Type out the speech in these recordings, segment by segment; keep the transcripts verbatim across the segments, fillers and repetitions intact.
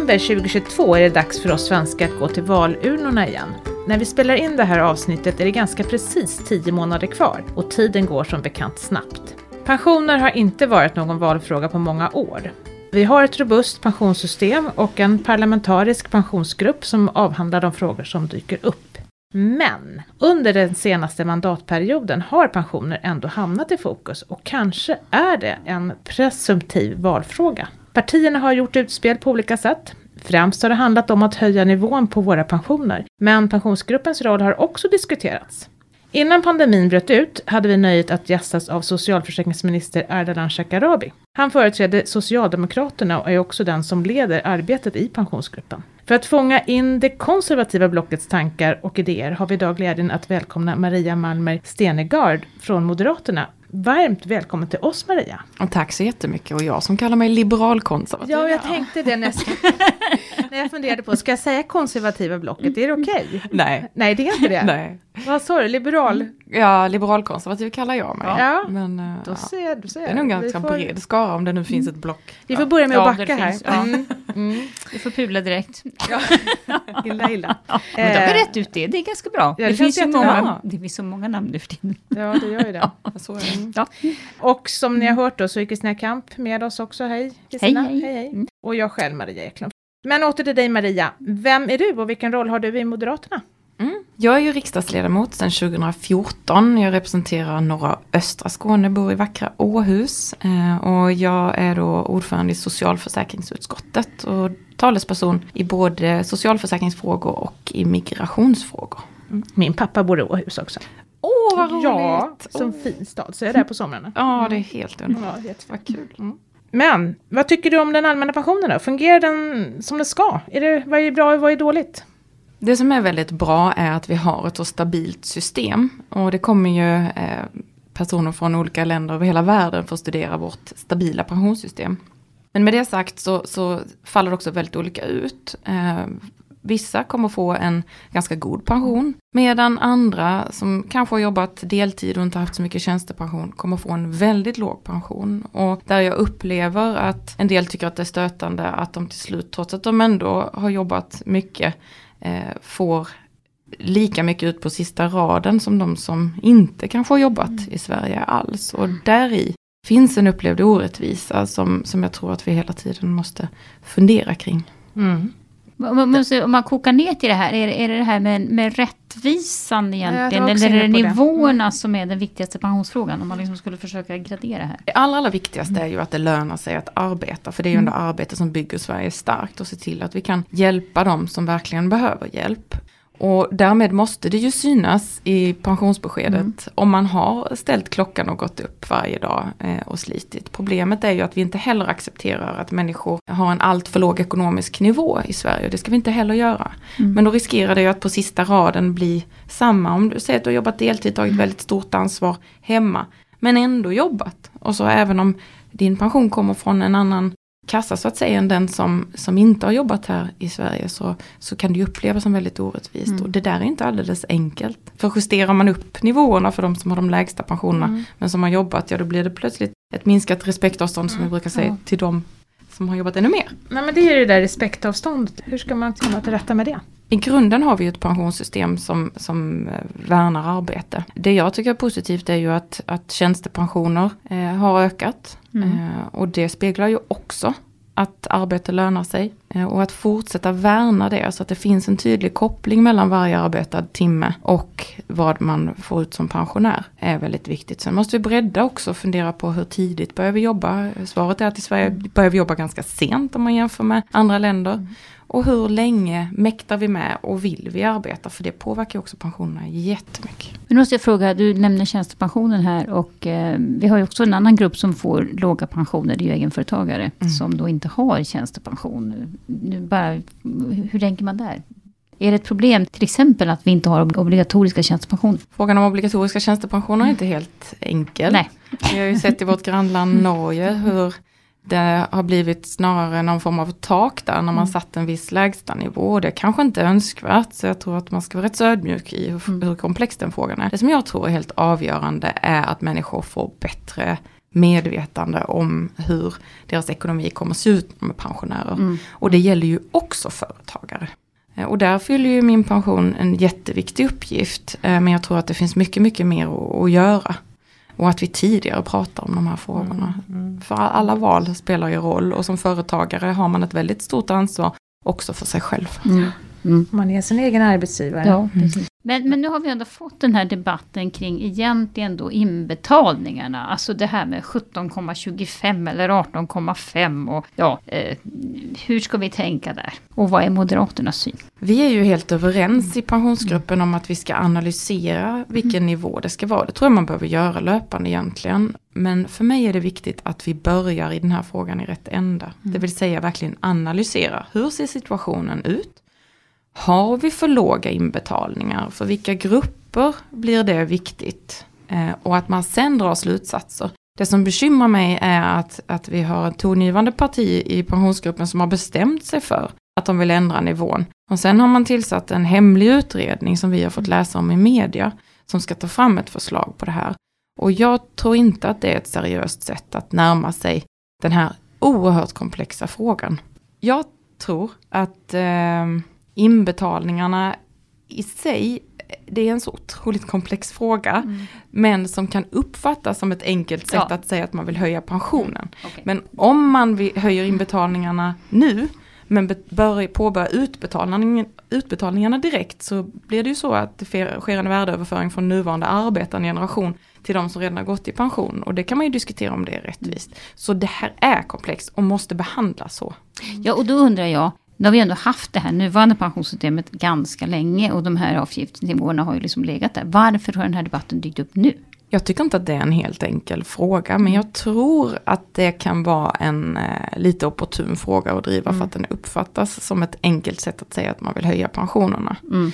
november tjugohundratjugotvå är det dags för oss svenskar att gå till valurnorna igen. När vi spelar in det här avsnittet är det ganska precis tio månader kvar och tiden går som bekant snabbt. Pensioner har inte varit någon valfråga på många år. Vi har ett robust pensionssystem och en parlamentarisk pensionsgrupp som avhandlar de frågor som dyker upp. Men under den senaste mandatperioden har pensioner ändå hamnat i fokus och kanske är det en presumtiv valfråga. Partierna har gjort utspel på olika sätt. Främst har det handlat om att höja nivån på våra pensioner, men pensionsgruppens roll har också diskuterats. Innan pandemin bröt ut hade vi nöjet att gästas av socialförsäkringsminister Ardalan Shekarabi. Han företräder Socialdemokraterna och är också den som leder arbetet i pensionsgruppen. För att fånga in det konservativa blockets tankar och idéer har vi idag glädjen att välkomna Maria Malmer Stenergard från Moderaterna. Varmt välkommen till oss, Maria. Och tack så jättemycket. Och jag som kallar mig liberalkonservativ. Ja, jag tänkte det nästan. När jag funderade på, ska jag säga konservativa blocket? Är det okej? Okay? Nej. Nej, det är inte det. Nej. Vad sa du? Liberal? Ja, liberalkonservativ kallar jag mig. Ja, men då ser, då ser det är nog ganska får... bred skara om det nu finns ett block. Vi får börja med ja, att backa här. Finns, ja. mm. Mm. Vi får pula direkt. Ja. illa, illa. Ja, men då har vi rätt ut det. Det är ganska bra. Ja, det, det, finns ju många, det finns så många namn nu för tiden. Ja, det gör ju det. Ja, så är det. Ja. Och som ni har hört då så är Kristina Kamp med oss också. Hej, Kristina. Hej, hej. hej, hej. Mm. Och jag själv, Maria Eklund. Men åter till dig, Maria. Vem är du och vilken roll har du i Moderaterna? Mm. Jag är ju riksdagsledamot sedan tjugohundrafjorton. Jag representerar norra östra Skåne, bor i vackra Åhus. Eh, och jag är då ordförande i socialförsäkringsutskottet och talesperson i både socialförsäkringsfrågor och i migrationsfrågor. Mm. Min pappa bor i Åhus också. Åh, oh, vad roligt! Ja, som oh. fin stad. Så är jag där på somrarna. Ja, det är helt underbart. Ja, det vad kul. Mm. Men, vad tycker du om den allmänna pensionen då? Fungerar den som det ska? Är det, vad är bra och vad är dåligt? Det som är väldigt bra är att vi har ett så stabilt system. Och det kommer ju eh, personer från olika länder över hela världen för att studera vårt stabila pensionssystem. Men med det sagt så, så faller det också väldigt olika ut. Eh, vissa kommer få en ganska god pension. Medan andra som kanske har jobbat deltid och inte haft så mycket tjänstepension kommer få en väldigt låg pension. Och där jag upplever att en del tycker att det är stötande att de till slut, trots att de ändå har jobbat mycket, eh, får lika mycket ut på sista raden som de som inte kanske har jobbat mm. i Sverige alls. Och där i finns en upplevd orättvisa som, som jag tror att vi hela tiden måste fundera kring. Mm. Om man kokar ner till det här, är det är det, det här med, med rättvisan egentligen? Eller är det nivåerna det. som är den viktigaste pensionsfrågan? Om man liksom skulle försöka gradera här. Det allra, allra viktigaste mm. är ju att det lönar sig att arbeta. För det är ju mm. under arbete som bygger Sverige starkt och se till att vi kan hjälpa dem som verkligen behöver hjälp. Och därmed måste det ju synas i pensionsbeskedet mm. om man har ställt klockan och gått upp varje dag eh, och slitit. Problemet är ju att vi inte heller accepterar att människor har en allt för låg ekonomisk nivå i Sverige. Det ska vi inte heller göra. Mm. Men då riskerar det ju att på sista raden bli samma. Om du säger att du har jobbat deltid, tagit mm. väldigt stort ansvar hemma, men ändå jobbat. Och så även om din pension kommer från en annan kassa så att säga än den som, som inte har jobbat här i Sverige så, så kan det ju upplevas som väldigt orättvist. Mm. Och det där är inte alldeles enkelt. För justerar man upp nivåerna för de som har de lägsta pensionerna mm. men som har jobbat, ja då blir det plötsligt ett minskat respektavstånd som mm. vi brukar säga ja. till de som har jobbat ännu mer. Nej, men det är ju det där respektavståndet. Hur ska man komma till rätta med det? I grunden har vi ju ett pensionssystem som, som värnar arbete. Det jag tycker är positivt är ju att, att tjänstepensioner eh, har ökat. Mm. Eh, och det speglar ju också att arbete lönar sig. Eh, och att fortsätta värna det så att det finns en tydlig koppling mellan varje arbetad timme och vad man får ut som pensionär är väldigt viktigt. Sen måste vi bredda också och fundera på hur tidigt börjar vi jobba. Svaret är att i Sverige mm. börjar vi jobba ganska sent om man jämför med andra länder. Mm. Och hur länge mäktar vi med och vill vi arbeta? För det påverkar också pensionerna jättemycket. Nu måste jag fråga, du nämner tjänstepensionen här och eh, vi har ju också en annan grupp som får låga pensioner, det är ju egenföretagare mm. som då inte har tjänstepension. Nu bara, hur tänker man där? Är det ett problem till exempel att vi inte har obligatoriska tjänstepensioner? Frågan om obligatoriska tjänstepensioner är inte helt enkel. Nej. Vi har ju sett i vårt grannland Norge hur det har blivit snarare någon form av tak där när man mm. satt en viss lägsta nivå. Det kanske inte är önskvärt, så jag tror att man ska vara rätt så ödmjuk i hur, mm. hur komplex den frågan är. Det som jag tror är helt avgörande är att människor får bättre medvetande om hur deras ekonomi kommer att se ut med pensionärer. Mm. Och det gäller ju också företagare. Och där fyller ju min pension en jätteviktig uppgift. Men jag tror att det finns mycket, mycket mer att göra. Och att vi tidigare pratar om de här frågorna. Mm. Mm. För alla val spelar ju roll. Och som företagare har man ett väldigt stort ansvar också för sig själv. Mm. Mm. Man är sin egen arbetsgivare. Ja, precis. Men, men nu har vi ändå fått den här debatten kring egentligen då inbetalningarna. Alltså det här med sjutton komma tjugofem eller arton komma fem. Och ja, eh, hur ska vi tänka där? Och vad är Moderaternas syn? Vi är ju helt överens i pensionsgruppen om att vi ska analysera vilken mm. nivå det ska vara. Det tror jag man behöver göra löpande egentligen. Men för mig är det viktigt att vi börjar i den här frågan i rätt ända. Mm. Det vill säga verkligen analysera. Hur ser situationen ut? Har vi för låga inbetalningar? För vilka grupper blir det viktigt? Eh, och att man sen drar slutsatser. Det som bekymrar mig är att, att vi har ett tongivande parti i pensionsgruppen som har bestämt sig för att de vill ändra nivån. Och sen har man tillsatt en hemlig utredning som vi har fått läsa om i media som ska ta fram ett förslag på det här. Och jag tror inte att det är ett seriöst sätt att närma sig den här oerhört komplexa frågan. Jag tror att eh, inbetalningarna i sig, det är en så otroligt komplex fråga, mm. men som kan uppfattas som ett enkelt sätt ja. att säga att man vill höja pensionen. Okay. Men om man vill, höjer inbetalningarna nu, men börjar påbörja utbetalningen, utbetalningarna direkt, så blir det ju så att det sker en värdeöverföring från nuvarande arbetande generation till de som redan har gått i pension. Och det kan man ju diskutera om det är rättvist. Så det här är komplext och måste behandlas så. Ja, och då undrar jag, nu har vi ändå haft det här nuvarande pensionssystemet ganska länge och de här avgiftsnivåerna har ju liksom legat där. Varför har den här debatten dykt upp nu? Jag tycker inte att det är en helt enkel fråga, men jag tror att det kan vara en eh, lite opportun fråga att driva mm. för att den uppfattas som ett enkelt sätt att säga att man vill höja pensionerna. Mm.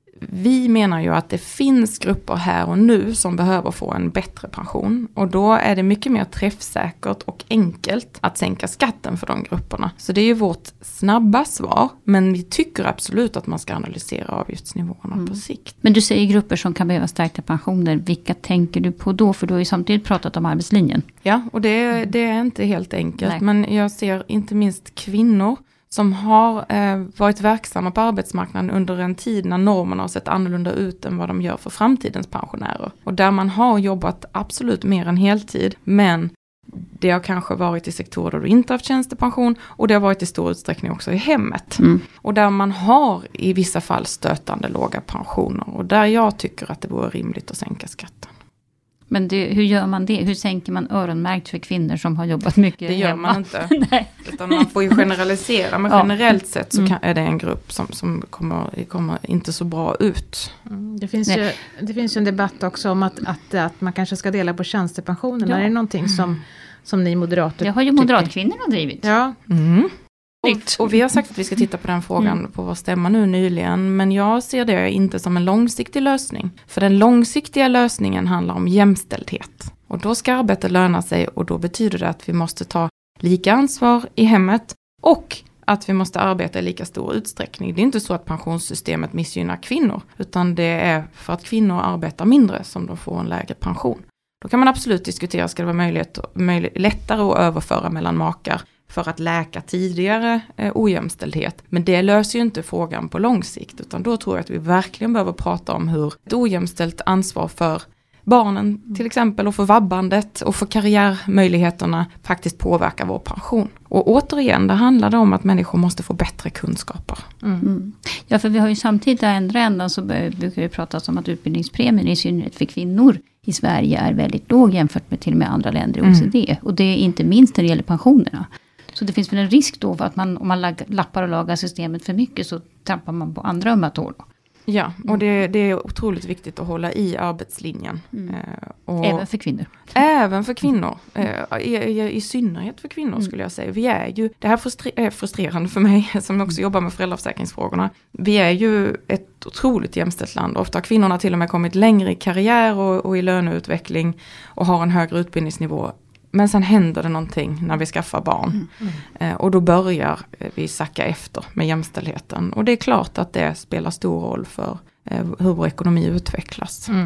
Vi menar ju att det finns grupper här och nu som behöver få en bättre pension. Och då är det mycket mer träffsäkert och enkelt att sänka skatten för de grupperna. Så det är ju vårt snabba svar. Men vi tycker absolut att man ska analysera avgiftsnivåerna mm. på sikt. Men du säger grupper som kan behöva stärkta pensioner. Vilka tänker du på då? För du har ju samtidigt pratat om arbetslinjen. Ja, och det, det är inte helt enkelt. Nej. Men jag ser inte minst kvinnor som har eh, varit verksamma på arbetsmarknaden under en tid när normerna har sett annorlunda ut än vad de gör för framtidens pensionärer. Och där man har jobbat absolut mer än heltid, men det har kanske varit i sektorer där du inte haft tjänstepension och det har varit i stor utsträckning också i hemmet. Mm. Och där man har i vissa fall stötande låga pensioner och där jag tycker att det vore rimligt att sänka skatten. Men det, hur gör man det? Hur sänker man öronmärkt för kvinnor som har jobbat mycket Det gör hemma? man inte. Nej. Utan man får ju generalisera. Men ja. generellt sett så kan, är det en grupp som, som kommer, kommer inte så bra ut. Mm. Det, finns ju, det finns ju en debatt också om att, att, att man kanske ska dela på tjänstepensionen. Ja. Är det någonting som, som ni moderater Det har ju moderatkvinnorna drivit. Ja. Mm. Och, och vi har sagt att vi ska titta på den frågan mm. på vår stämma nu nyligen. Men jag ser det inte som en långsiktig lösning. För den långsiktiga lösningen handlar om jämställdhet. Och då ska arbetet löna sig och då betyder det att vi måste ta lika ansvar i hemmet. Och att vi måste arbeta i lika stor utsträckning. Det är inte så att pensionssystemet missgynnar kvinnor. Utan det är för att kvinnor arbetar mindre som de får en lägre pension. Då kan man absolut diskutera, ska det vara möjligt, möjligt, lättare att överföra mellan makar för att läka tidigare eh, ojämställdhet. Men det löser ju inte frågan på lång sikt. Utan då tror jag att vi verkligen behöver prata om hur ett ojämställt ansvar för barnen till exempel och för vabbandet och för karriärmöjligheterna faktiskt påverkar vår pension. Och återigen, det handlar om att människor måste få bättre kunskaper. Mm. Mm. Ja, för vi har ju samtidigt i andra änden så brukar vi prata om att utbildningspremien i synnerhet för kvinnor i Sverige är väldigt låg jämfört med till och med andra länder i O C D. Mm. Och det är inte minst när det gäller pensionerna. Så det finns väl en risk då för att man, om man lappar och lagar systemet för mycket så trampar man på andra ömma tår då. Ja, och det, det är otroligt viktigt att hålla i arbetslinjen. Mm. Och även för kvinnor. Även för kvinnor. Mm. I, i, I synnerhet för kvinnor mm. skulle jag säga. Vi är ju, det här är frustrerande för mig som också jobbar med föräldraförsäkringsfrågorna. Vi är ju ett otroligt jämställt land. Ofta har kvinnorna till och med kommit längre i karriär och, och i löneutveckling och har en högre utbildningsnivå. Men sen händer det någonting när vi skaffar barn. Mm. Mm. Eh, och då börjar vi sacka efter med jämställdheten. Och det är klart att det spelar stor roll för eh, hur vår ekonomi utvecklas. Mm.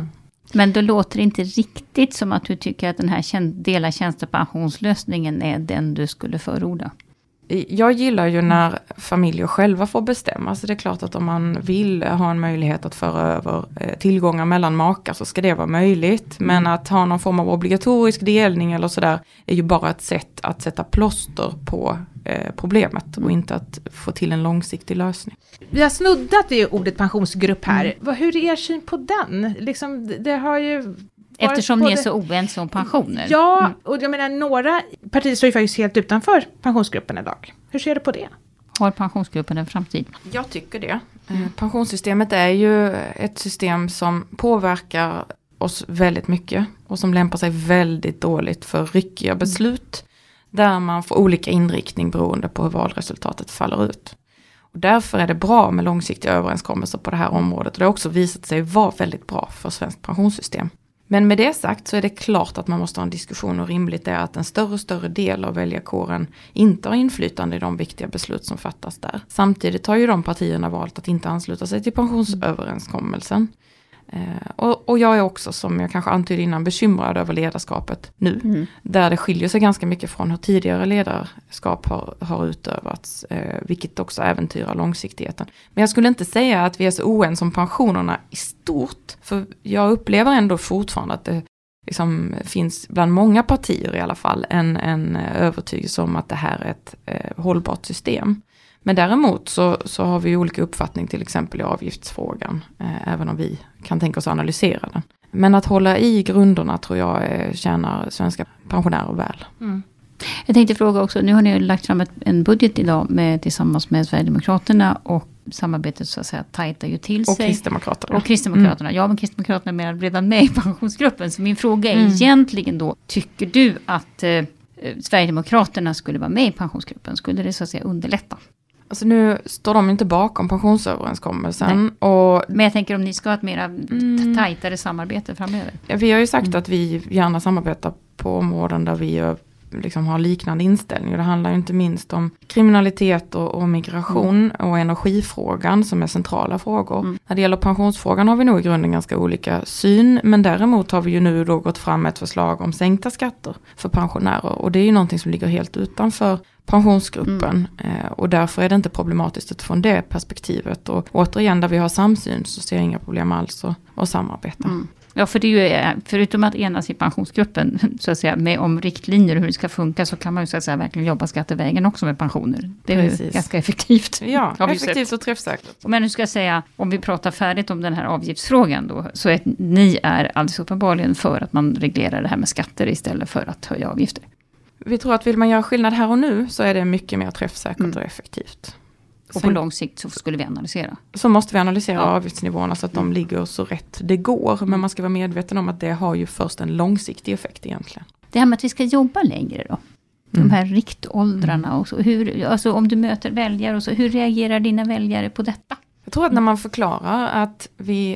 Men då låter det inte riktigt som att du tycker att den här dela tjänstepensionslösningen är den du skulle förorda. Jag gillar ju när familjer själva får bestämma. Så det är klart att om man vill ha en möjlighet att föra över tillgångar mellan makar så ska det vara möjligt. Men att ha någon form av obligatorisk delning eller sådär är ju bara ett sätt att sätta plåster på eh, problemet. Och inte att få till en långsiktig lösning. Vi har snuddat i ordet pensionsgrupp här. Mm. Hur är er syn på den? Liksom, det har ju... Eftersom både... ni är så oense om pensioner. Ja, mm. och jag menar några partier står ju faktiskt helt utanför pensionsgruppen idag. Hur ser du på det? Har pensionsgruppen en framtid? Jag tycker det. Mm. Pensionssystemet är ju ett system som påverkar oss väldigt mycket. Och som lämpar sig väldigt dåligt för ryckiga beslut. Mm. Där man får olika inriktning beroende på hur valresultatet faller ut. Och därför är det bra med långsiktiga överenskommelser på det här området. Och det har också visat sig vara väldigt bra för svenskt pensionssystem. Men med det sagt så är det klart att man måste ha en diskussion och rimligt är att en större och större del av väljarkåren inte har inflytande i de viktiga beslut som fattas där. Samtidigt har ju de partierna valt att inte ansluta sig till pensionsöverenskommelsen. Eh, och, och jag är också, som jag kanske antydde innan, bekymrad över ledarskapet nu. Mm. Där det skiljer sig ganska mycket från hur tidigare ledarskap har, har utövats. Eh, vilket också äventyrar långsiktigheten. Men jag skulle inte säga att vi är så oense om pensionerna i stort. För jag upplever ändå fortfarande att det liksom finns bland många partier i alla fall en, en övertygelse om att det här är ett eh, hållbart system. Men däremot så, så har vi olika uppfattning till exempel i avgiftsfrågan. Eh, även om vi kan tänka oss analysera den. Men att hålla i grunderna tror jag eh, tjänar svenska pensionärer väl. Mm. Jag tänkte fråga också, nu har ni lagt fram ett, en budget idag med, tillsammans med Sverigedemokraterna och samarbetet så att säga tajtar ju till sig. Och Kristdemokraterna. Och Kristdemokraterna. Mm. Ja, men Kristdemokraterna är redan med i pensionsgruppen. Så min fråga är mm. egentligen då, tycker du att eh, Sverigedemokraterna skulle vara med i pensionsgruppen? Skulle det så att säga underlätta? Alltså nu står de inte bakom pensionsöverenskommelsen. Och men jag tänker om ni ska ha ett mer mm. tajtare samarbete framöver. Ja, vi har ju sagt mm. att vi gärna samarbetar på områden där vi liksom har liknande inställningar. Det handlar ju inte minst om kriminalitet och, och migration mm. och energifrågan som är centrala frågor. Mm. När det gäller pensionsfrågan har vi nog i grunden ganska olika syn. Men däremot har vi ju nu då gått fram med ett förslag om sänkta skatter för pensionärer. Och det är ju någonting som ligger helt utanför pensionsgruppen. Mm. Eh, och därför är det inte problematiskt utifrån det perspektivet. Och återigen, där vi har samsyn så ser jag inga problem alls att, att samarbeta. Mm. Ja, för det är ju, förutom att enas i pensionsgruppen så att säga, med om riktlinjer och hur det ska funka, så kan man ju så att säga verkligen jobba skattevägen också med pensioner. Det är ju ganska effektivt. Ja, effektivt och träffsäkert. Men nu ska jag säga, om vi pratar färdigt om den här avgiftsfrågan då, så är ni är alldeles uppenbarligen för att man reglerar det här med skatter istället för att höja avgifter. Vi tror att vill man göra skillnad här och nu så är det mycket mer träffsäkert mm. och effektivt. Och på Sen, lång sikt så skulle vi analysera. Så måste vi analysera ja. avgiftsnivåerna så att de mm. ligger så rätt det går. Men man ska vara medveten om att det har ju först en långsiktig effekt egentligen. Det här med att vi ska jobba längre då. Mm. De här riktåldrarna och så. Hur, alltså om du möter väljare och så. Hur reagerar dina väljare på detta? Jag tror att när man förklarar att vi...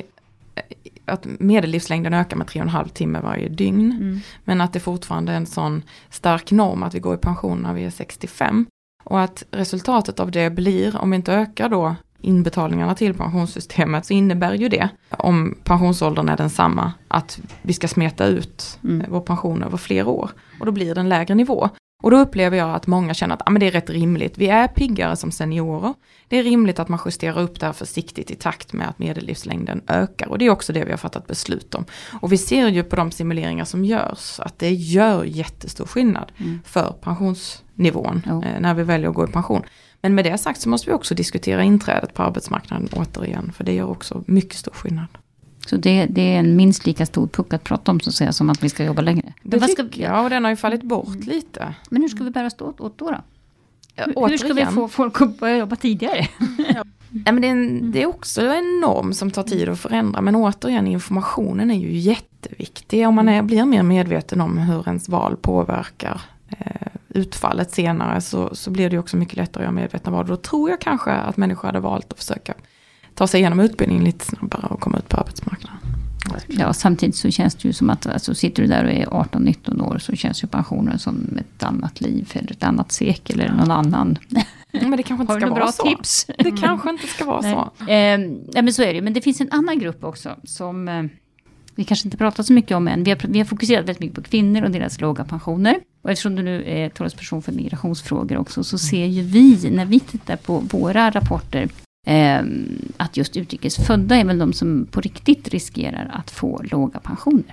att medellivslängden ökar med tre och en halv timme varje dygn. Mm. Men att det fortfarande är en sån stark norm att vi går i pension när vi är sextiofem. Och att resultatet av det blir, om vi inte ökar då inbetalningarna till pensionssystemet, så innebär ju det, om pensionsåldern är densamma, att vi ska smeta ut mm. vår pension över flera år. Och då blir det en lägre nivå. Och då upplever jag att många känner att ah, men det är rätt rimligt. Vi är piggare som seniorer. Det är rimligt att man justerar upp det här försiktigt i takt med att medellivslängden ökar. Och det är också det vi har fattat beslut om. Och vi ser ju på de simuleringar som görs att det gör jättestor skillnad mm. för pensionsnivån oh. eh, när vi väljer att gå i pension. Men med det sagt så måste vi också diskutera inträdet på arbetsmarknaden återigen. För det gör också mycket stor skillnad. Så det, det är en minst lika stor puck att prata om så att säga, som att vi ska jobba längre. Det vad ska vi... Ja, och den har ju fallit bort mm. lite. Men hur ska vi bära stå åt då då? Ja, hur ska vi få folk att börja jobba tidigare? Ja. Ja, men det, är en, det är också en norm som tar tid att förändra. Men återigen, informationen är ju jätteviktig. Om man är, blir mer medveten om hur ens val påverkar eh, utfallet senare så, så blir det också mycket lättare att göra medvetna val. Då tror jag kanske att människor hade valt att försöka ta sig igenom utbildningen lite snabbare och komma ut på arbetsmarknaden. Ja, samtidigt så känns det ju som att alltså, sitter du där och är arton nitton år så känns ju pensionen som ett annat liv eller ett annat sekel eller någon annan. Men det kanske inte Har ska du vara bra så. Tips? Det kanske inte ska vara Nej. så. Eh, ja, men så är det ju. Men det finns en annan grupp också som, eh, vi kanske inte pratat så mycket om än. Vi har, vi har fokuserat väldigt mycket på kvinnor och deras låga pensioner. Och eftersom du nu är talesperson för migrationsfrågor också, så ser ju vi när vi tittar på våra rapporter eh, att just utrikesfödda är väl de som på riktigt riskerar att få låga pensioner.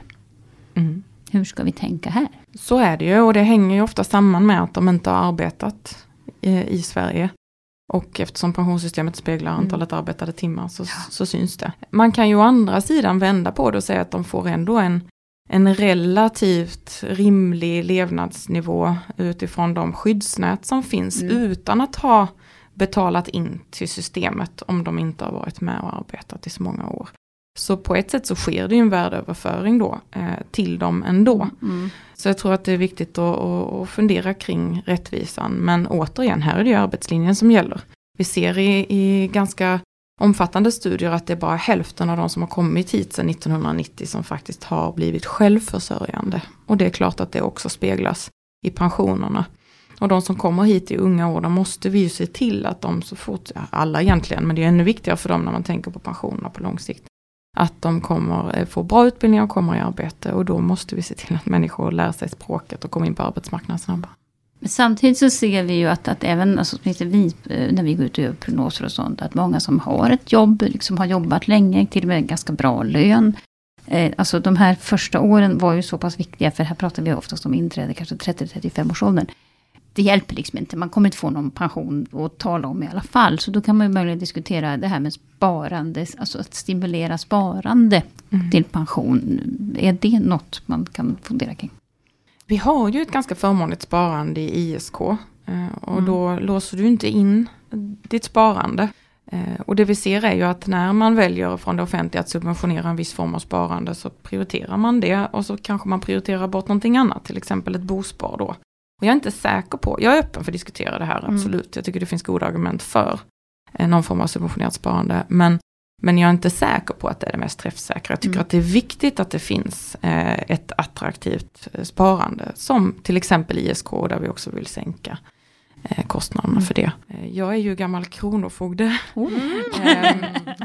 Mm. Hur ska vi tänka här? Så är det ju, och det hänger ju ofta samman med att de inte har arbetat i, i Sverige. Och eftersom pensionssystemet speglar antalet mm. arbetade timmar så, ja. så syns det. Man kan ju å andra sidan vända på det och säga att de får ändå en, en relativt rimlig levnadsnivå utifrån de skyddsnät som finns mm. utan att ha betalat in till systemet om de inte har varit med och arbetat i så många år. Så på ett sätt så sker det ju en värdeöverföring då eh, till dem ändå. Mm. Så jag tror att det är viktigt att, att, att fundera kring rättvisan. Men återigen, här är det ju arbetslinjen som gäller. Vi ser i, i ganska omfattande studier att det är bara hälften av de som har kommit hit sedan nittonhundranittio som faktiskt har blivit självförsörjande. Och det är klart att det också speglas i pensionerna. Och de som kommer hit i unga år, då måste vi ju se till att de så fort, ja, alla egentligen, men det är ännu viktigare för dem när man tänker på pensionerna på lång sikt. Att de kommer få bra utbildning och kommer i arbete. Och då måste vi se till att människor lär sig språket och kommer in på arbetsmarknaden snabbare. Men samtidigt så ser vi ju att, att även alltså, vi, när vi går ut och gör prognoser och sånt, att många som har ett jobb, liksom har jobbat länge, till och med en ganska bra lön. Eh, alltså de här första åren var ju så pass viktiga, för här pratar vi oftast om inträde, kanske trettio till trettiofem års åldern. Det hjälper liksom inte, man kommer inte få någon pension att tala om i alla fall. Så då kan man ju möjligen diskutera det här med sparande, alltså att stimulera sparande mm. till pension. Är det något man kan fundera kring? Vi har ju ett ganska förmånligt sparande i I S K och mm. då låser du inte in ditt sparande. Och det vi ser är ju att när man väljer från det offentliga att subventionera en viss form av sparande så prioriterar man det och så kanske man prioriterar bort någonting annat, till exempel ett bospar då. Och jag är inte säker på, jag är öppen för att diskutera det här, absolut. Mm. Jag tycker det finns goda argument för någon form av subventionerat sparande. Men, men jag är inte säker på att det är det mest träffsäkra. Jag tycker mm. att det är viktigt att det finns eh, ett attraktivt eh, sparande. Som till exempel I S K, där vi också vill sänka eh, kostnaderna mm. för det. Eh, jag är ju gammal kronofogde. Mm. eh,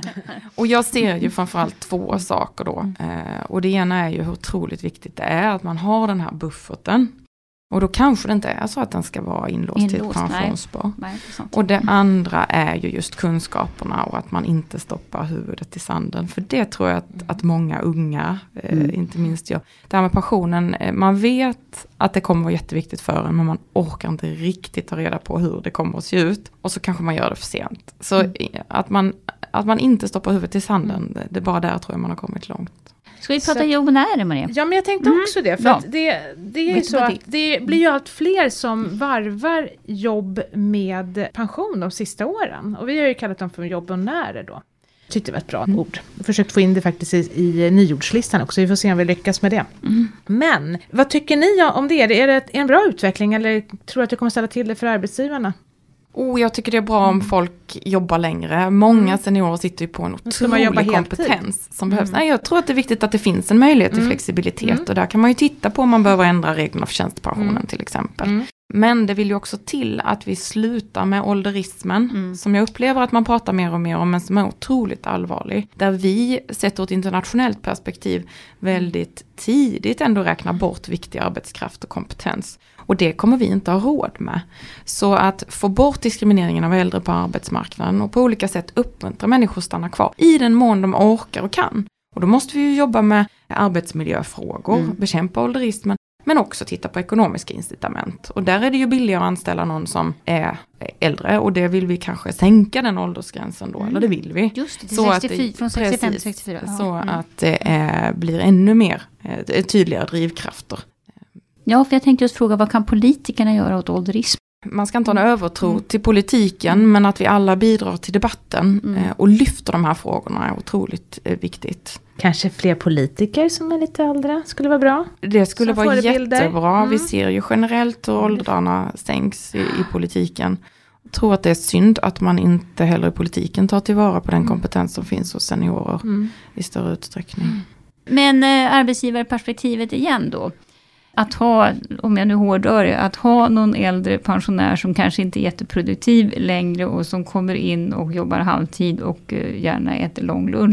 och jag ser ju framförallt två saker då. Eh, och det ena är ju hur otroligt viktigt det är att man har den här bufferten. Och då kanske det inte är så att den ska vara inlåst, inlåst till ett pensionsspar. Nej, nej, och det andra är ju just kunskaperna och att man inte stoppar huvudet i sanden. För det tror jag att, att många unga, mm. eh, inte minst jag, det här med pensionen, eh, man vet att det kommer vara jätteviktigt för en, men man orkar inte riktigt ta reda på hur det kommer att se ut. Och så kanske man gör det för sent. Så mm. att, man, att man inte stoppar huvudet i sanden, det, det är bara där tror jag man har kommit långt. Ska vi prata jobb och nära, Maria? Ja, men jag tänkte mm. också det. För ja. att det, det är ju så att det blir ju allt fler som varvar jobb med pension de sista åren. Och vi har ju kallat dem för jobb och nära då. Jag tyckte det var ett bra mm. ord. Jag försökt få in det faktiskt i, i nyordslistan också. Vi får se om vi lyckas med det. Mm. Men vad tycker ni om det? Är det en bra utveckling eller tror du att det kommer ställa till det för arbetsgivarna? Oh, jag tycker det är bra om folk jobbar längre. Många mm. seniorer sitter ju på en otrolig kompetens som behövs. Mm. Nej, jag tror att det är viktigt att det finns en möjlighet till mm. flexibilitet. Mm. Och där kan man ju titta på om man behöver ändra reglerna för tjänstepensionen mm. till exempel. Mm. Men det vill ju också till att vi slutar med ålderismen. Mm. Som jag upplever att man pratar mer och mer om, men som är otroligt allvarlig. Där vi sätter ett internationellt perspektiv väldigt tidigt ändå räknar bort viktig arbetskraft och kompetens. Och det kommer vi inte ha råd med. Så att få bort diskrimineringen av äldre på arbetsmarknaden och på olika sätt uppmuntra människor att stanna kvar i den mån de orkar och kan. Och då måste vi ju jobba med arbetsmiljöfrågor, mm. bekämpa ålderismen, men också titta på ekonomiska incitament. Och där är det ju billigare att anställa någon som är äldre och det vill vi kanske sänka den åldersgränsen då, mm. eller det vill vi. Just det, så sextiofyra, att det, från sextiofem precis, till sextiofyra. Ja. Så mm. att det är, blir ännu mer eh, tydliga drivkrafter. Ja, för jag tänkte just fråga, vad kan politikerna göra åt ålderism? Man ska inte ha en övertro mm. till politiken, mm. men att vi alla bidrar till debatten mm. eh, och lyfter de här frågorna är otroligt eh, viktigt. Kanske fler politiker som är lite äldre skulle vara bra. Det skulle vara jättebra. Mm. Vi ser ju generellt hur åldrarna sänks i, i politiken. Jag tror att det är synd att man inte heller i politiken tar tillvara på den kompetens som finns hos seniorer mm. i större utsträckning. Mm. Men eh, arbetsgivarperspektivet igen då. Att ha, om jag nu hårdrar det, att ha någon äldre pensionär som kanske inte är jätteproduktiv längre och som kommer in och jobbar halvtid och gärna äter lång lunch.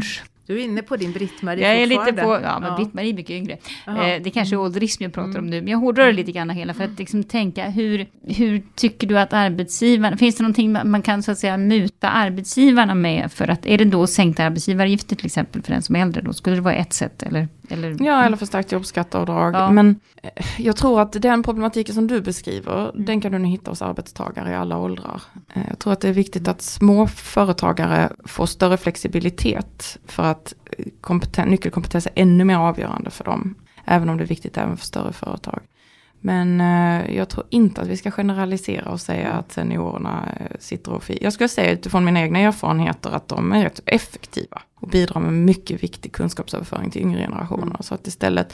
Du är inne på din Britt-Marie Jag är lite på, ja, ja. men Britt-Marie är mycket yngre. Eh, det kanske är ålderism jag pratar mm. om nu, men jag hårdrar det lite grann hela för att liksom tänka, hur, hur tycker du att arbetsgivarna, finns det någonting man kan så att säga muta arbetsgivarna med för att, är det då sänkta arbetsgivaravgifter till exempel för den som är äldre då, skulle det vara ett sätt eller? eller ja, eller förstärkt jobbskatteavdrag. Ja. Men jag tror att den problematiken som du beskriver, mm. den kan du nog hitta hos arbetstagare i alla åldrar. Jag tror att det är viktigt att små företagare får större flexibilitet för att kompeten- nyckelkompetens är ännu mer avgörande för dem. Även om det är viktigt även för större företag. Men eh, jag tror inte att vi ska generalisera och säga att seniorerna eh, sitter och fi- Jag skulle säga utifrån mina egna erfarenheter att de är rätt effektiva och bidrar med mycket viktig kunskapsöverföring till yngre generationer. Mm. Så att istället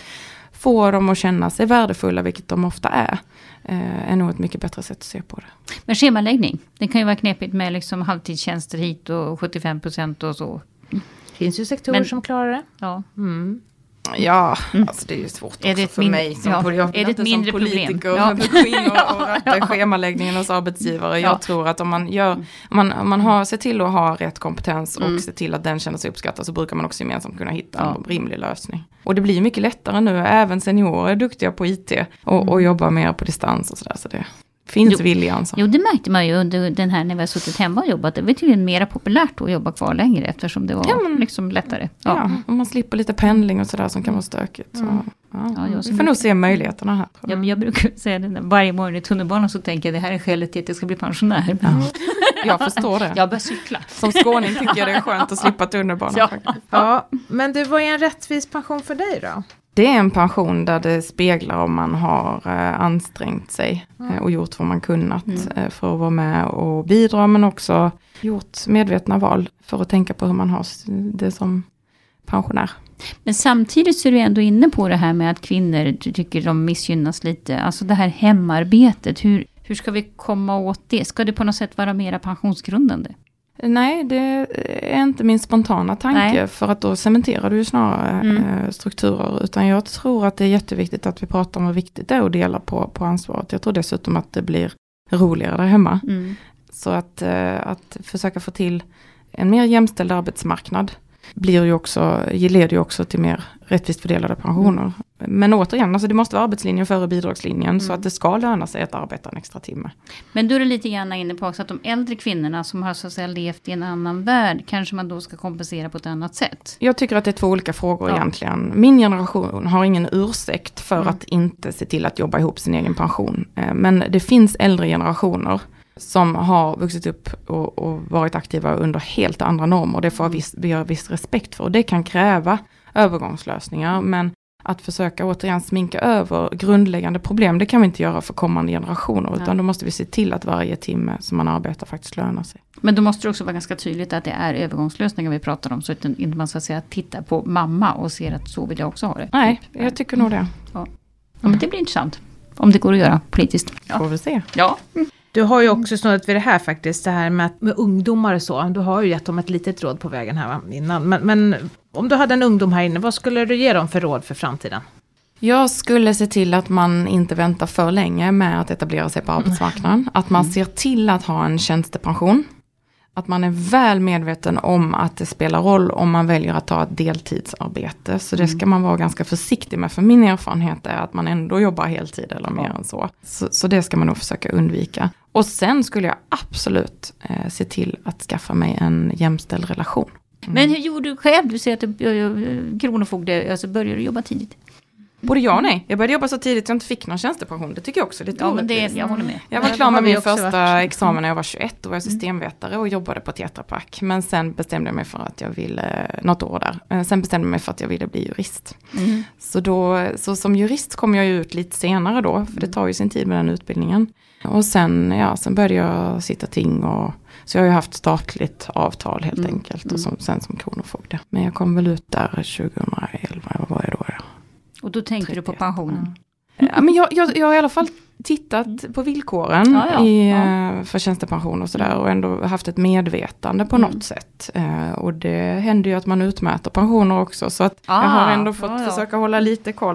få dem att känna sig värdefulla, vilket de ofta är, eh, är nog ett mycket bättre sätt att se på det. Men schemaläggning, det kan ju vara knepigt med liksom halvtidstjänster hit och sjuttiofem procent och så. Det finns ju sektorer Men, som klarar det. Ja. Mm. Ja, mm. alltså det är ju svårt också är det för min- mig som, ja. jag är det ett mindre som politiker problem? Ja. gå in och, och rätta ja. schemaläggningen hos arbetsgivare. Jag ja. tror att om man, gör, om man, om man har, ser till att ha rätt kompetens och mm. ser till att den känner sig uppskattad, så brukar man också gemensamt kunna hitta ja. en rimlig lösning. Och det blir mycket lättare nu, även seniorer är duktiga på I T och, och jobbar mer på distans och sådär, så det finns jo, viljan. Så. Jo, det märkte man ju under den här när vi har suttit hemma och jobbat. Det var tydligen mer populärt att jobba kvar längre eftersom det var ja, men, liksom lättare. Ja, ja och man slipper lite pendling och sådär som kan vara stökigt. Så, mm. ja, ja, jag vi får nog se möjligheterna här. Jag. Jag, jag brukar säga det när varje morgon i tunnelbanan så tänker jag det här är skälet till att jag ska bli pensionär. Ja. Jag förstår det. Jag börjar cykla. Som skåning tycker jag det är skönt att slippa tunnelbanan. Ja. Ja, men det var ju en rättvis pension för dig då? Det är en pension där det speglar om man har eh, ansträngt sig mm. eh, och gjort vad man kunnat mm. eh, för att vara med och bidra, men också gjort medvetna val för att tänka på hur man har det som pensionär. Men samtidigt så är du ändå inne på det här med att kvinnor, du tycker de missgynnas lite. Alltså det här hemarbetet, hur, hur ska vi komma åt det? Ska det på något sätt vara mera pensionsgrundande? Nej, det är inte min spontana tanke. Nej. För att då cementerar du ju snarare mm. strukturer. Utan jag tror att det är jätteviktigt att vi pratar om hur viktigt det är att dela på, på ansvaret. Jag tror dessutom att det blir roligare där hemma. Mm. Så att, att försöka få till en mer jämställd arbetsmarknad blir ju också, leder ju också till mer rättvist fördelade pensioner. Mm. Men återigen, alltså det måste vara arbetslinjen före bidragslinjen mm. så att det ska löna sig att arbeta en extra timme. Men då är det lite grann inne på också att de äldre kvinnorna som har så att säga levt i en annan värld, kanske man då ska kompensera på ett annat sätt. Jag tycker att det är två olika frågor ja. egentligen. Min generation har ingen ursäkt för mm. att inte se till att jobba ihop sin egen pension. Men det finns äldre generationer som har vuxit upp och, och varit aktiva under helt andra normer. Det får vi, vi ha viss respekt för. Och det kan kräva övergångslösningar. Men att försöka återigen sminka över grundläggande problem, det kan vi inte göra för kommande generationer. Ja. Utan då måste vi se till att varje timme som man arbetar faktiskt lönar sig. Men då måste det också vara ganska tydligt att det är övergångslösningar vi pratar om. Så att inte man ska säga titta på mamma och ser att så vill jag också ha det. Nej, jag tycker nog det. Ja, ja men det blir intressant. Om det går att göra politiskt. Ja. Får vi se. Ja. Du har ju också snurrat vid det här faktiskt, det här med, att, med ungdomar och så. Du har ju gett dem ett litet råd på vägen här innan. Men, men om du hade en ungdom här inne, vad skulle du ge dem för råd för framtiden? Jag skulle se till att man inte väntar för länge med att etablera sig på arbetsmarknaden. Att man ser till att ha en tjänstepension. Att man är väl medveten om att det spelar roll om man väljer att ta ett deltidsarbete. Så det ska man vara ganska försiktig med. För min erfarenhet är att man ändå jobbar heltid eller mer än så. Så, så det ska man nog försöka undvika. Och sen skulle jag absolut eh, se till att skaffa mig en jämställd relation. Mm. Men hur gjorde du själv? Du säger att du kronofogde, alltså började du jobba tidigt? Både ja och nej. Jag började jobba så tidigt att jag inte fick någon tjänstepension. Det tycker jag också är lite ja, men det, jag håller med. Jag var klar med min första varit. examen när jag var tjugoett. Då var jag systemvetare och jobbade på Tetra Pak. Men sen bestämde jag mig för att jag ville, något år där. Sen bestämde jag mig för att jag ville bli jurist. Mm. Så, då, så som jurist kom jag ut lite senare då. För det tar ju sin tid med den utbildningen. Och sen, ja, sen började jag sitta ting och... Så jag har ju haft statligt avtal helt mm. enkelt. Och som, sen som kronofogde. Men jag kom väl ut där tjugoelva. Vad var jag då? Ja. Och då tänkte trettio du på pensionen? Ja, men jag, jag, jag har i alla fall tittat på villkoren ja, ja. I, ja. för tjänstepension och sådär. Och ändå haft ett medvetande på mm. något sätt. Uh, och det händer ju att man utmäter pensioner också. Så att ah, jag har ändå fått ja, ja. försöka hålla lite koll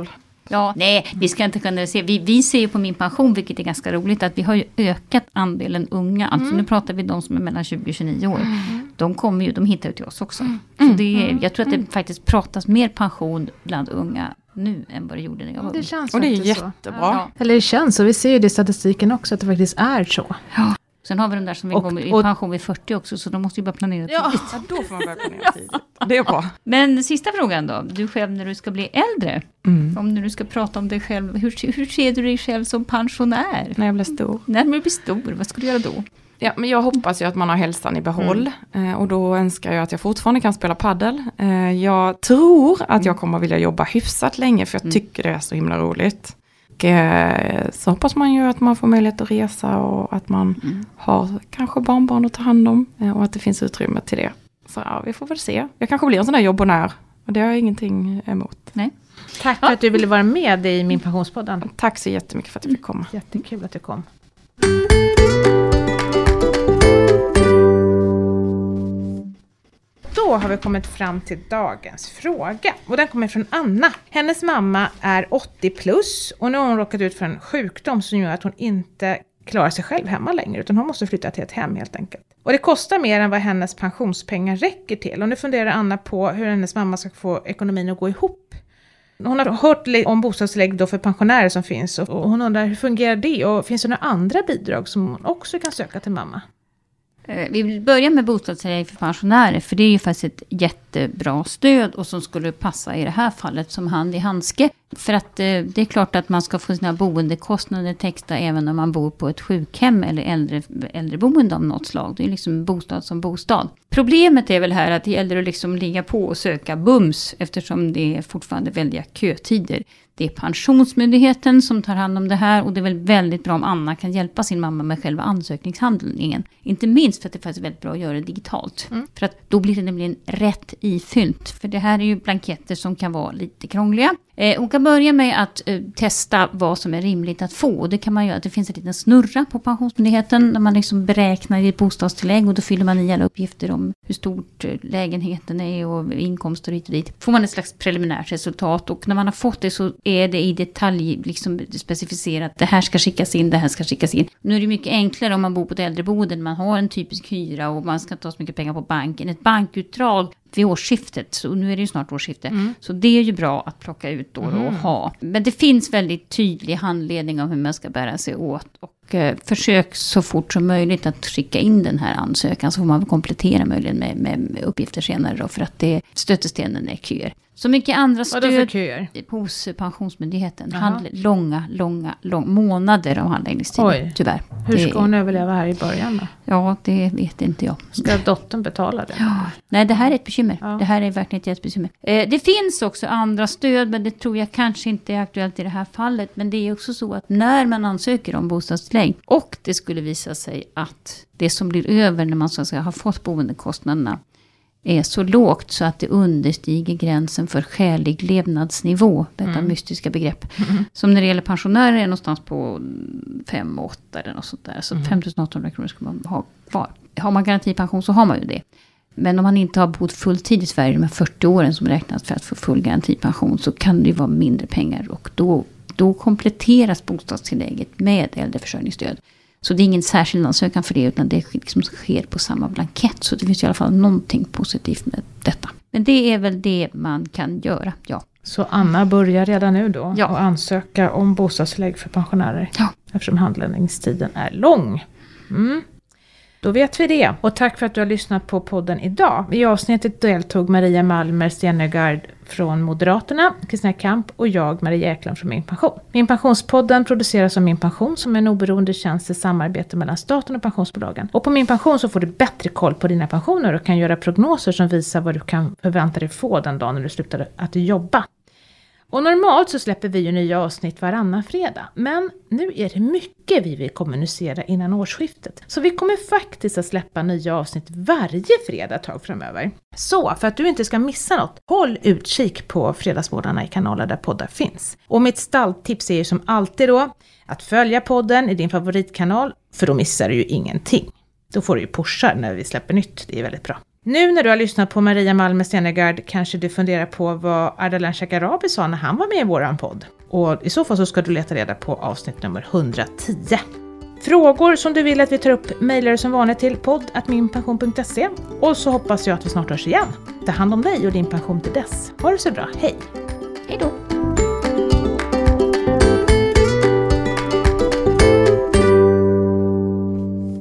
Ja, nej, vi ska inte kunna se. Vi, vi ser ju på Min pension, vilket är ganska roligt, att vi har ju ökat andelen unga. Alltså mm. nu pratar vi de som är mellan tjugo och tjugonio år. Mm. De kommer ju, de hittar ju till oss också. Mm. Så det är, jag tror att det faktiskt pratas mer pension bland unga nu än vad det gjorde när jag var det känns och det är jättebra. Ja. Eller det känns så, vi ser ju det i statistiken också att det faktiskt är så. Ja. Sen har vi de där som vill och, gå i och, pension vid fyrtio också, så de måste ju bara planera ja. tidigt. Ja, då får man börja planera tidigt. Det är bra. Men sista frågan då, du själv när du ska bli äldre, mm. om när du ska prata om dig själv, hur, hur ser du dig själv som pensionär? När jag blir stor. När du blir stor, vad ska du göra då? Ja, men jag hoppas ju att man har hälsan i behåll mm. och då önskar jag att jag fortfarande kan spela paddel. Jag tror att jag kommer vilja jobba hyfsat länge för jag mm. tycker det är så himla roligt. Och så hoppas man ju att man får möjlighet att resa och att man mm. har kanske barnbarn att ta hand om och att det finns utrymme till det. Så ja, vi får väl se. Jag kanske blir en sån där jobbonär och det har jag ingenting emot. Nej. Tack för ja. att du ville vara med i Min pensionspodden. Tack så jättemycket för att jag fick komma. Jättekul att du kom. Då har vi kommit fram till dagens fråga. Och den kommer från Anna. Hennes mamma är åttio plus och nu har hon råkat ut för en sjukdom som gör att hon inte klarar sig själv hemma längre. Utan hon måste flytta till ett hem helt enkelt. Och det kostar mer än vad hennes pensionspengar räcker till. Och nu funderar Anna på hur hennes mamma ska få ekonomin att gå ihop. Hon har hört om bostadstillägg då för pensionärer som finns. Och hon undrar hur fungerar det? Och finns det några andra bidrag som hon också kan söka till mamma? Vi vill börja med bostadstillägg för pensionärer, för det är ju faktiskt ett jättebra stöd och som skulle passa i det här fallet som hand i handske. För att eh, det är klart att man ska få sina boendekostnader täckta även om man bor på ett sjukhem eller äldre, äldreboende av något slag. Det är liksom bostad som bostad. Problemet är väl här att det gäller att liksom ligga på och söka bums eftersom det är fortfarande väldiga kötider. Det är Pensionsmyndigheten som tar hand om det här och det är väl väldigt bra om Anna kan hjälpa sin mamma med själva ansökningshandlingen. Inte minst för att det är faktiskt väldigt bra att göra det digitalt. Mm. För att då blir det nämligen rätt ifyllt. För det här är ju blanketter som kan vara lite krångliga. Eh, hon kan börja med att eh, testa vad som är rimligt att få. Och det kan man göra att det finns en liten snurra på Pensionsmyndigheten när man liksom beräknar i ett bostadstillägg och då fyller man i alla uppgifter om hur stort eh, lägenheten är och inkomster och dit och dit. Får man ett slags preliminärt resultat och när man har fått det så är det i detalj liksom specificerat. Det här ska skickas in, det här ska skickas in. Nu är det mycket enklare om man bor på ett äldreboende. Man har en typisk hyra och man ska ta så mycket pengar på banken. Ett bankutdrag vid årsskiftet, så nu är det ju snart årsskifte. Mm. Så det är ju bra att plocka ut då mm. och ha. Men det finns väldigt tydlig handledning om hur man ska bära sig åt. Och eh, försök så fort som möjligt att skicka in den här ansökan så får man komplettera möjligen med, med uppgifter senare då, för att det, stötestenen är köer. Så mycket andra stöd hos Pensionsmyndigheten. Handl- långa, långa, lång, månader av handläggningstid. Oj. Tyvärr. Hur ska det, hon överleva här i början då? Ja, det vet inte jag. Ska dottern betala det? Ja. Nej, det här är ett bekymmer. Ja. Det här är verkligen ett jättebekymmer. Eh, det finns också andra stöd, men det tror jag kanske inte är aktuellt i det här fallet. Men det är också så att när man ansöker om bostadstillägg och det skulle visa sig att det som blir över när man så att säga har fått boendekostnaderna är så lågt så att det understiger gränsen för skälig levnadsnivå. Detta mm. mystiska begrepp. Mm. Som när det gäller pensionärer är någonstans på fem åtta eller något sånt där. Så mm. fem tusen åttahundra kronor ska man ha kvar. Har man garantipension så har man ju det. Men om man inte har bott full tid i Sverige, de här fyrtio åren som räknas för att få full garantipension, så kan det ju vara mindre pengar. Och då, då kompletteras bostadstillägget med äldreförsörjningsstöd. Så det är ingen särskild ansökan för det, utan det liksom sker på samma blankett. Så det finns i alla fall någonting positivt med detta. Men det är väl det man kan göra, ja. Så Anna börjar redan nu då ja. och ansöka om bostadstillägg för pensionärer. Ja. Eftersom handläggningstiden är lång. Mm. Då vet vi det. Och tack för att du har lyssnat på podden idag. I avsnittet deltog Maria Malmer Stenegard från Moderaterna, Kristina Kamp och jag, Maria Eklund från Min pension. Min pensionspodden produceras av Min pension som är en oberoende tjänst i samarbete mellan staten och pensionsbolagen. Och på Min pension så får du bättre koll på dina pensioner och kan göra prognoser som visar vad du kan förvänta dig få den dagen när du slutar att jobba. Och normalt så släpper vi ju nya avsnitt varannan fredag. Men nu är det mycket vi vill kommunicera innan årsskiftet. Så vi kommer faktiskt att släppa nya avsnitt varje fredag ett tag framöver. Så för att du inte ska missa något, håll utkik på fredagsmorgnarna i kanaler där poddar finns. Och mitt stalltips är ju som alltid då att följa podden i din favoritkanal. För då missar du ju ingenting. Då får du ju pushar när vi släpper nytt, det är väldigt bra. Nu när du har lyssnat på Maria Malmer Stenegard kanske du funderar på vad Ardalan Shekarabi sa när han var med i våran podd. Och i så fall så ska du leta reda på avsnitt nummer hundratio. Frågor som du vill att vi tar upp mejlar du som vanligt till podd at minpension punkt se. Och så hoppas jag att vi snart hörs igen. Ta hand om dig och din pension till dess. Ha det så bra, hej! Hej då!